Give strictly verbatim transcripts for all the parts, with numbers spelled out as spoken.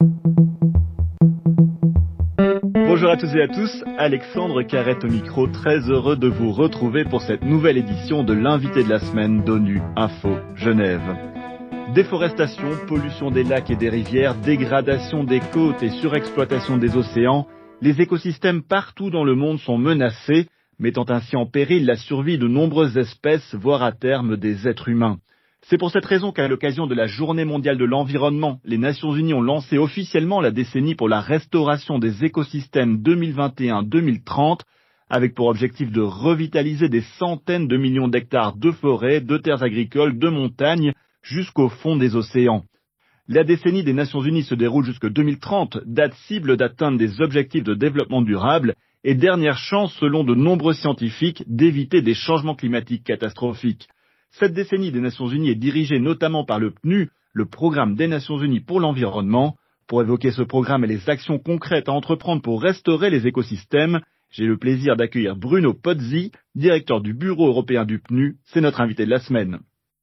Bonjour à toutes et à tous, Alexandre Carrette au micro, très heureux de vous retrouver pour cette nouvelle édition de l'invité de la semaine d'ONU Info Genève. Déforestation, pollution des lacs et des rivières, dégradation des côtes et surexploitation des océans, les écosystèmes partout dans le monde sont menacés, mettant ainsi en péril la survie de nombreuses espèces, voire à terme des êtres humains. C'est pour cette raison qu'à l'occasion de la Journée mondiale de l'environnement, les Nations Unies ont lancé officiellement la décennie pour la restauration des écosystèmes deux mille vingt et un deux mille trente, avec pour objectif de revitaliser des centaines de millions d'hectares de forêts, de terres agricoles, de montagnes, jusqu'au fond des océans. La décennie des Nations Unies se déroule jusque deux mille trente, date cible d'atteindre des objectifs de développement durable et dernière chance, selon de nombreux scientifiques, d'éviter des changements climatiques catastrophiques. Cette décennie des Nations Unies est dirigée notamment par le P N U, le Programme des Nations Unies pour l'environnement. Pour évoquer ce programme et les actions concrètes à entreprendre pour restaurer les écosystèmes, j'ai le plaisir d'accueillir Bruno Pozzi, directeur du Bureau européen du P N U. C'est notre invité de la semaine.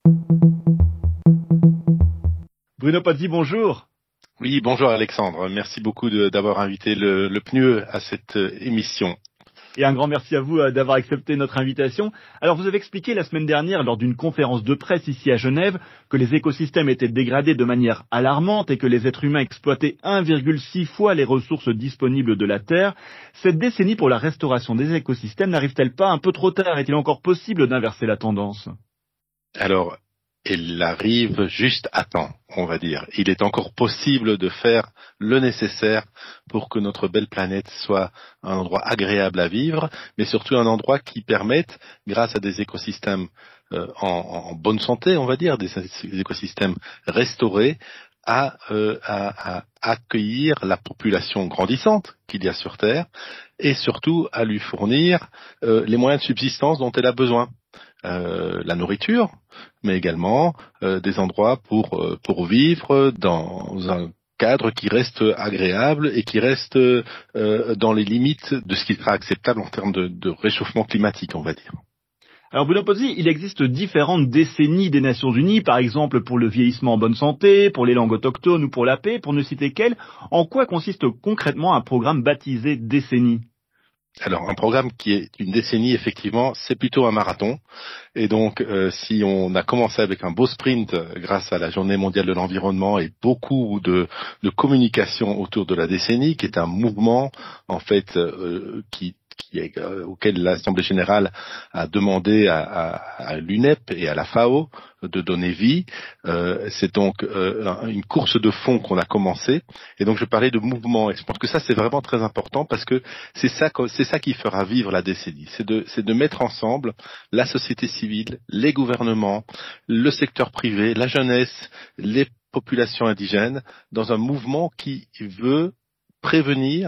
Bruno Pozzi, bonjour. Oui, bonjour Alexandre. Merci beaucoup de, d'avoir invité le, le P N U à cette euh, émission. Et un grand merci à vous d'avoir accepté notre invitation. Alors, vous avez expliqué la semaine dernière, lors d'une conférence de presse ici à Genève, que les écosystèmes étaient dégradés de manière alarmante et que les êtres humains exploitaient un virgule six fois les ressources disponibles de la Terre. Cette décennie pour la restauration des écosystèmes n'arrive-t-elle pas un peu trop tard? Est-il encore possible d'inverser la tendance? Alors, elle arrive juste à temps, on va dire. Il est encore possible de faire le nécessaire pour que notre belle planète soit un endroit agréable à vivre, mais surtout un endroit qui permette, grâce à des écosystèmes euh, en, en bonne santé, on va dire, des, des écosystèmes restaurés, à, euh, à, à accueillir la population grandissante qu'il y a sur Terre et surtout à lui fournir euh, les moyens de subsistance dont elle a besoin. Euh, la nourriture, mais également euh, des endroits pour euh, pour vivre dans un cadre qui reste agréable et qui reste euh, dans les limites de ce qui sera acceptable en termes de, de réchauffement climatique, on va dire. Alors Bruno Pozzi, il existe différentes décennies des Nations Unies, par exemple pour le vieillissement en bonne santé, pour les langues autochtones ou pour la paix, pour ne citer qu'elles. En quoi consiste concrètement un programme baptisé décennie ? Alors, un programme qui est une décennie, effectivement, c'est plutôt un marathon. Et donc, euh, si on a commencé avec un beau sprint euh, grâce à la Journée mondiale de l'environnement et beaucoup de, de communication autour de la décennie, qui est un mouvement, en fait, euh, qui Qui est, euh, auquel l'Assemblée générale a demandé à, à, à l'U N E P et à la F A O de donner vie. Euh, c'est donc euh, une course de fond qu'on a commencé. Et donc je parlais de mouvement. Et je pense que ça c'est vraiment très important parce que c'est ça, c'est ça qui fera vivre la décennie. C'est de, c'est de mettre ensemble la société civile, les gouvernements, le secteur privé, la jeunesse, les populations indigènes dans un mouvement qui veut prévenir,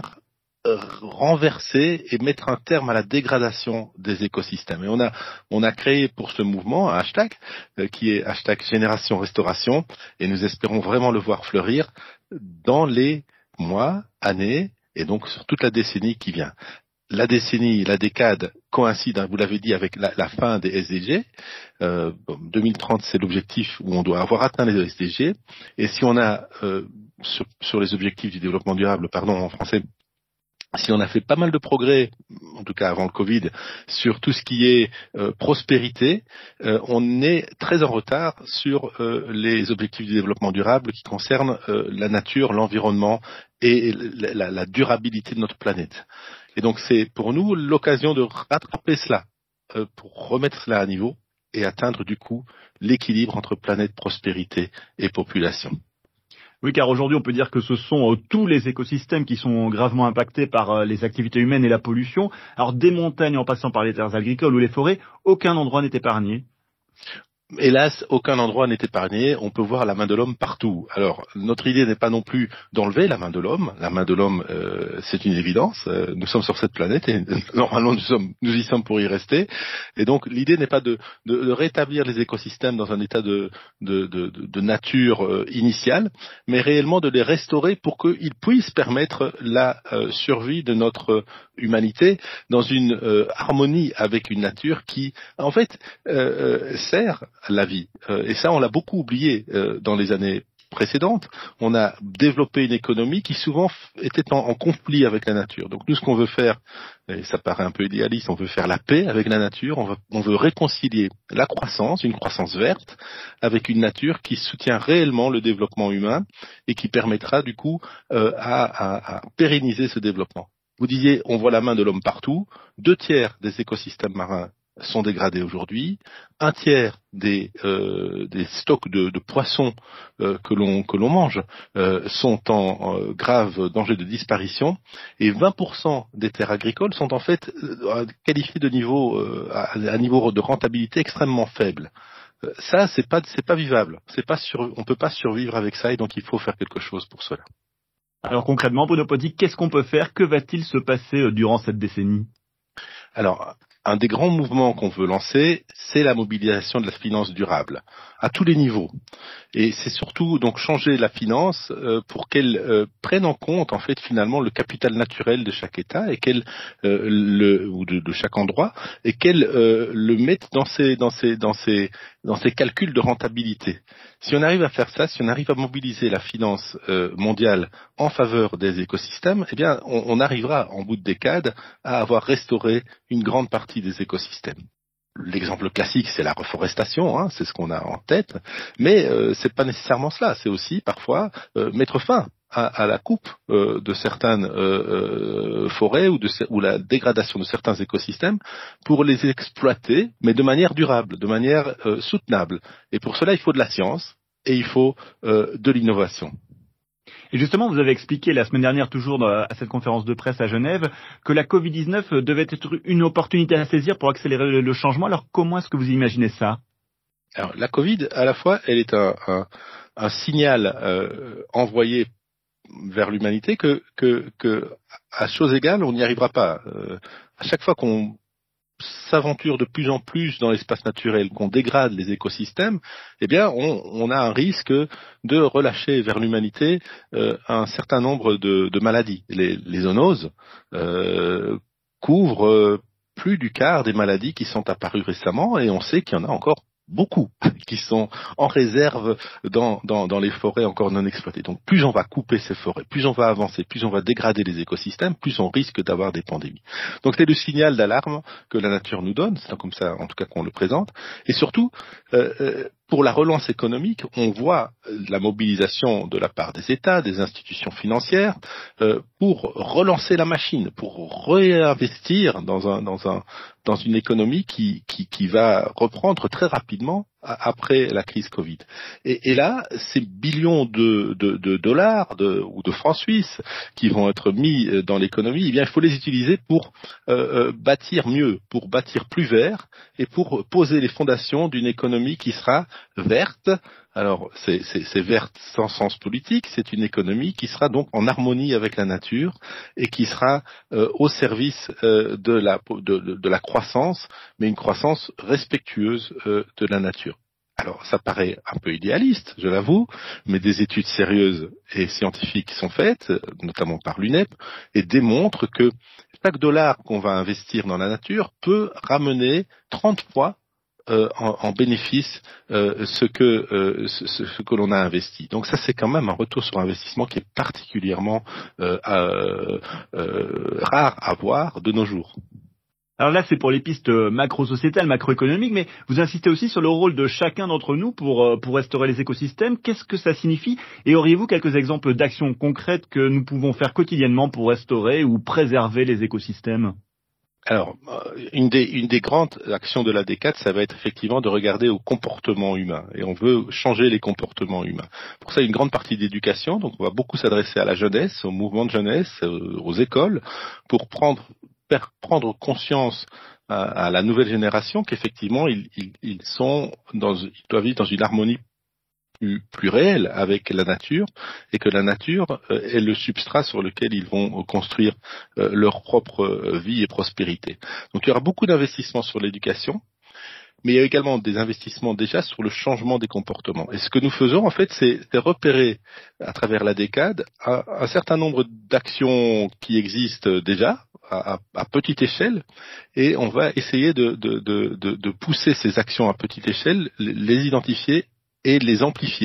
renverser et mettre un terme à la dégradation des écosystèmes. Et on a, on a créé pour ce mouvement un hashtag euh, qui est hashtag Génération Restauration et nous espérons vraiment le voir fleurir dans les mois, années et donc sur toute la décennie qui vient. La décennie, la décade coïncide, hein, vous l'avez dit, avec la, la fin des S D G. Euh, deux mille trente, c'est l'objectif où on doit avoir atteint les S D G. Et si on a, euh, sur, sur les objectifs du développement durable, pardon, en français, si on a fait pas mal de progrès, en tout cas avant le Covid, sur tout ce qui est euh, prospérité, euh, on est très en retard sur euh, les objectifs du développement durable qui concernent euh, la nature, l'environnement et la, la, la durabilité de notre planète. Et donc c'est pour nous l'occasion de rattraper cela, euh, pour remettre cela à niveau et atteindre du coup l'équilibre entre planète, prospérité et population. Oui, car aujourd'hui, on peut dire que ce sont euh, tous les écosystèmes qui sont gravement impactés par euh, les activités humaines et la pollution. Alors, des montagnes en passant par les terres agricoles ou les forêts, aucun endroit n'est épargné. Hélas, aucun endroit n'est épargné. On peut voir la main de l'homme partout. Alors, notre idée n'est pas non plus d'enlever la main de l'homme. La main de l'homme, euh, c'est une évidence. Euh, nous sommes sur cette planète et normalement nous, sommes, nous y sommes pour y rester. Et donc, l'idée n'est pas de, de, de rétablir les écosystèmes dans un état de, de, de, de nature euh, initiale, mais réellement de les restaurer pour qu'ils puissent permettre la euh, survie de notre humanité dans une euh, harmonie avec une nature qui, en fait, euh, euh, sert la vie. Euh, et ça, on l'a beaucoup oublié euh, dans les années précédentes, on a développé une économie qui souvent était en, en conflit avec la nature. Donc nous, ce qu'on veut faire, et ça paraît un peu idéaliste, on veut faire la paix avec la nature, on veut, on veut réconcilier la croissance, une croissance verte, avec une nature qui soutient réellement le développement humain et qui permettra du coup euh, à, à, à pérenniser ce développement. Vous disiez, on voit la main de l'homme partout, deux tiers des écosystèmes marins sont dégradés aujourd'hui, un tiers des, euh, des stocks de, de poissons euh, que l'on que l'on mange euh, sont en euh, grave danger de disparition, et vingt pour cent des terres agricoles sont en fait euh, qualifiées de niveau euh, à un niveau de rentabilité extrêmement faible. Euh, ça, c'est pas c'est pas vivable, c'est pas sur, on peut pas survivre avec ça, et donc il faut faire quelque chose pour cela. Alors concrètement, Bruno Poti, qu'est-ce qu'on peut faire? Que va-t-il se passer durant cette décennie? Alors, un des grands mouvements qu'on veut lancer, c'est la mobilisation de la finance durable, à tous les niveaux. Et c'est surtout donc changer la finance euh, pour qu'elle euh, prenne en compte en fait finalement le capital naturel de chaque État et qu'elle euh, le ou de, de chaque endroit et qu'elle euh, le mette dans ses dans ses dans ses dans ses calculs de rentabilité. Si on arrive à faire ça, si on arrive à mobiliser la finance euh, mondiale en faveur des écosystèmes, eh bien on, on arrivera en bout de décade à avoir restauré une grande partie des écosystèmes. L'exemple classique, c'est la reforestation, hein, c'est ce qu'on a en tête, mais euh, c'est pas nécessairement cela. C'est aussi parfois euh, mettre fin à, à la coupe euh, de certaines euh, euh, forêts ou, de, ou la dégradation de certains écosystèmes pour les exploiter, mais de manière durable, de manière euh, soutenable. Et pour cela, il faut de la science et il faut euh, de l'innovation. Et justement, vous avez expliqué la semaine dernière, toujours à cette conférence de presse à Genève, que la covid dix-neuf devait être une opportunité à saisir pour accélérer le changement. Alors comment est-ce que vous imaginez ça? Alors la Covid, à la fois, elle est un, un, un signal euh, envoyé vers l'humanité que, que, que, à chose égale, on n'y arrivera pas. Euh, à chaque fois qu'on s'aventure de plus en plus dans l'espace naturel, qu'on dégrade les écosystèmes, eh bien, on, on a un risque de relâcher vers l'humanité euh, un certain nombre de, de maladies. Les, les zoonoses euh, couvrent euh, plus du quart des maladies qui sont apparues récemment, et on sait qu'il y en a encore beaucoup qui sont en réserve dans, dans, dans les forêts encore non exploitées. Donc plus on va couper ces forêts, plus on va avancer, plus on va dégrader les écosystèmes, plus on risque d'avoir des pandémies. Donc c'est le signal d'alarme que la nature nous donne, c'est comme ça en tout cas qu'on le présente. Et surtout, euh, pour la relance économique, on voit la mobilisation de la part des États, des institutions financières, euh, pour relancer la machine, pour réinvestir dans un, dans un, dans une économie qui, qui, qui va reprendre très rapidement après la crise Covid. Et, et là, ces billions de, de, de dollars de, ou de francs suisses qui vont être mis dans l'économie, eh bien, il faut les utiliser pour euh, bâtir mieux, pour bâtir plus vert et pour poser les fondations d'une économie qui sera verte. Alors, c'est, c'est, c'est verte sans sens politique, c'est une économie qui sera donc en harmonie avec la nature et qui sera euh, au service euh, de, la, de, de, de la croissance, mais une croissance respectueuse euh, de la nature. Alors, ça paraît un peu idéaliste, je l'avoue, mais des études sérieuses et scientifiques sont faites, notamment par l'U N E P, et démontrent que chaque dollar qu'on va investir dans la nature peut ramener trente fois Euh, en, en bénéfice euh, ce que euh, ce, ce que l'on a investi. Donc ça, c'est quand même un retour sur investissement qui est particulièrement euh, euh, euh, rare à voir de nos jours. Alors là, c'est pour les pistes macro-sociétales, macroéconomiques, mais vous insistez aussi sur le rôle de chacun d'entre nous pour, pour restaurer les écosystèmes. Qu'est-ce que ça signifie? Et auriez-vous quelques exemples d'actions concrètes que nous pouvons faire quotidiennement pour restaurer ou préserver les écosystèmes? Alors, une des, une des grandes actions de la décade, ça va être effectivement de regarder au comportement humain. Et on veut changer les comportements humains. Pour ça, une grande partie d'éducation. Donc, on va beaucoup s'adresser à la jeunesse, au mouvement de jeunesse, aux écoles, pour prendre, prendre conscience à, à la nouvelle génération qu'effectivement, ils, ils, ils sont dans, ils doivent vivre dans une harmonie Plus, plus réel avec la nature, et que la nature euh, est le substrat sur lequel ils vont euh, construire euh, leur propre euh, vie et prospérité. Donc il y aura beaucoup d'investissements sur l'éducation, mais il y a également des investissements déjà sur le changement des comportements. Et ce que nous faisons en fait, c'est, c'est repérer à travers la décade un, un certain nombre d'actions qui existent déjà à, à, à petite échelle, et on va essayer de, de, de, de, de pousser ces actions à petite échelle, les identifier et les amplifier.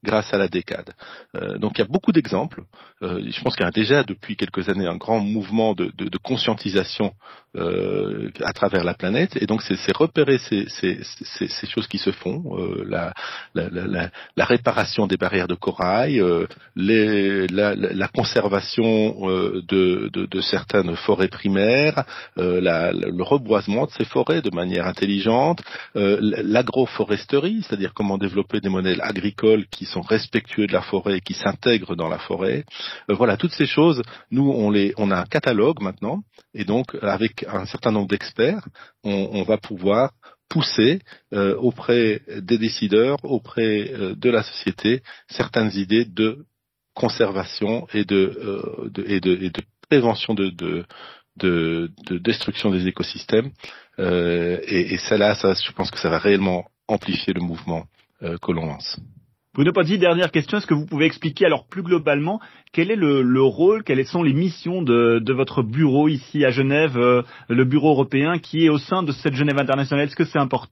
grâce à la décade. Euh, donc il y a beaucoup d'exemples. Euh, je pense qu'il y a déjà depuis quelques années un grand mouvement de, de, de conscientisation euh, à travers la planète, et donc c'est, c'est repérer ces, ces, ces, ces choses qui se font, euh, la, la, la, la réparation des barrières de corail, euh, les, la, la conservation euh, de, de, de certaines forêts primaires, euh, la, le reboisement de ces forêts de manière intelligente, euh, l'agroforesterie, c'est-à-dire comment développer des modèles agricoles qui sont respectueux de la forêt et qui s'intègrent dans la forêt. Euh, voilà, toutes ces choses, nous on les, on a un catalogue maintenant, et donc avec un certain nombre d'experts, on, on va pouvoir pousser euh, auprès des décideurs, auprès euh, de la société, certaines idées de conservation et de, euh, de, et de, et de prévention de, de, de, de destruction des écosystèmes. Euh, et, et ça là, ça, je pense que ça va réellement amplifier le mouvement euh, que l'on lance. Bruno Pazzi, dernière question, est-ce que vous pouvez expliquer alors plus globalement quel est le, le rôle, quelles sont les missions de, de votre bureau ici à Genève, euh, le bureau européen qui est au sein de cette Genève internationale, est-ce que c'est important ?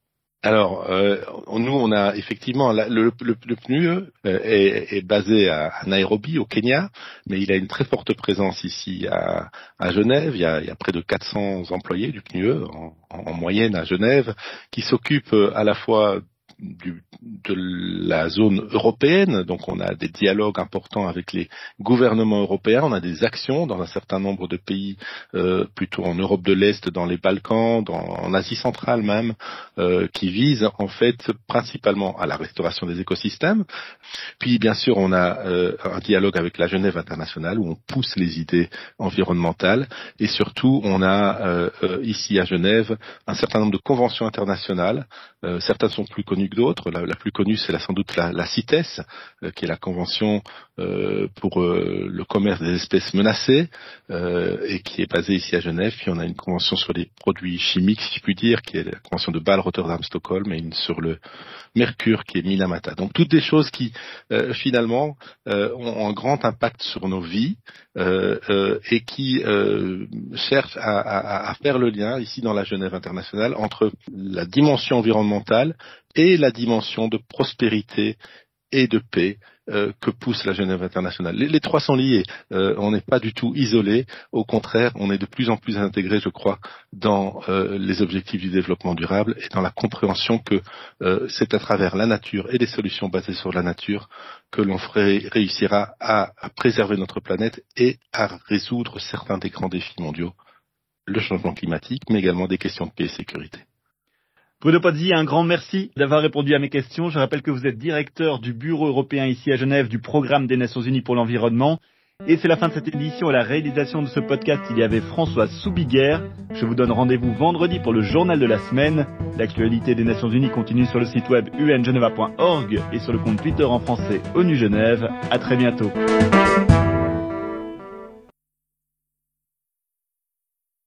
Alors, euh, nous, on a effectivement la, le, le, le P N U E euh, est, est basé à, à Nairobi, au Kenya, mais il a une très forte présence ici à, à Genève. Il y, a, il y a près de quatre cents employés du P N U E en, en moyenne à Genève, qui s'occupent à la fois Du, de la zone européenne, donc on a des dialogues importants avec les gouvernements européens, on a des actions dans un certain nombre de pays, euh, plutôt en Europe de l'Est, dans les Balkans, dans, en Asie centrale même, euh, qui visent en fait principalement à la restauration des écosystèmes. Puis bien sûr on a euh, un dialogue avec la Genève internationale où on pousse les idées environnementales, et surtout on a euh, euh, ici à Genève un certain nombre de conventions internationales, euh, certaines sont plus connues que d'autres. La, la plus connue, c'est la, sans doute la, la CITES, euh, qui est la convention euh, pour euh, le commerce des espèces menacées, euh, et qui est basée ici à Genève. Puis on a une convention sur les produits chimiques, si je puis dire, qui est la convention de Bâle, Rotterdam, Stockholm, et une sur le mercure, qui est Minamata. Donc toutes des choses qui, euh, finalement, euh, ont un grand impact sur nos vies, euh, euh, et qui euh, cherchent à, à, à faire le lien, ici dans la Genève internationale, entre la dimension environnementale et la dimension de prospérité et de paix euh, que pousse la Genève internationale. Les, les trois sont liés. Euh, on n'est pas du tout isolé. Au contraire, on est de plus en plus intégré, je crois, dans euh, les objectifs du développement durable et dans la compréhension que euh, c'est à travers la nature et les solutions basées sur la nature que l'on ferait, réussira à, à préserver notre planète et à résoudre certains des grands défis mondiaux, le changement climatique, mais également des questions de paix et sécurité. Bruno Pazzi, un grand merci d'avoir répondu à mes questions. Je rappelle que vous êtes directeur du bureau européen ici à Genève du programme des Nations Unies pour l'environnement. Et c'est la fin de cette édition. À la réalisation de ce podcast, il y avait Françoise Soubiguerre. Je vous donne rendez-vous vendredi pour le journal de la semaine. L'actualité des Nations Unies continue sur le site web u n geneva point org et sur le compte Twitter en français ONU Genève. À très bientôt.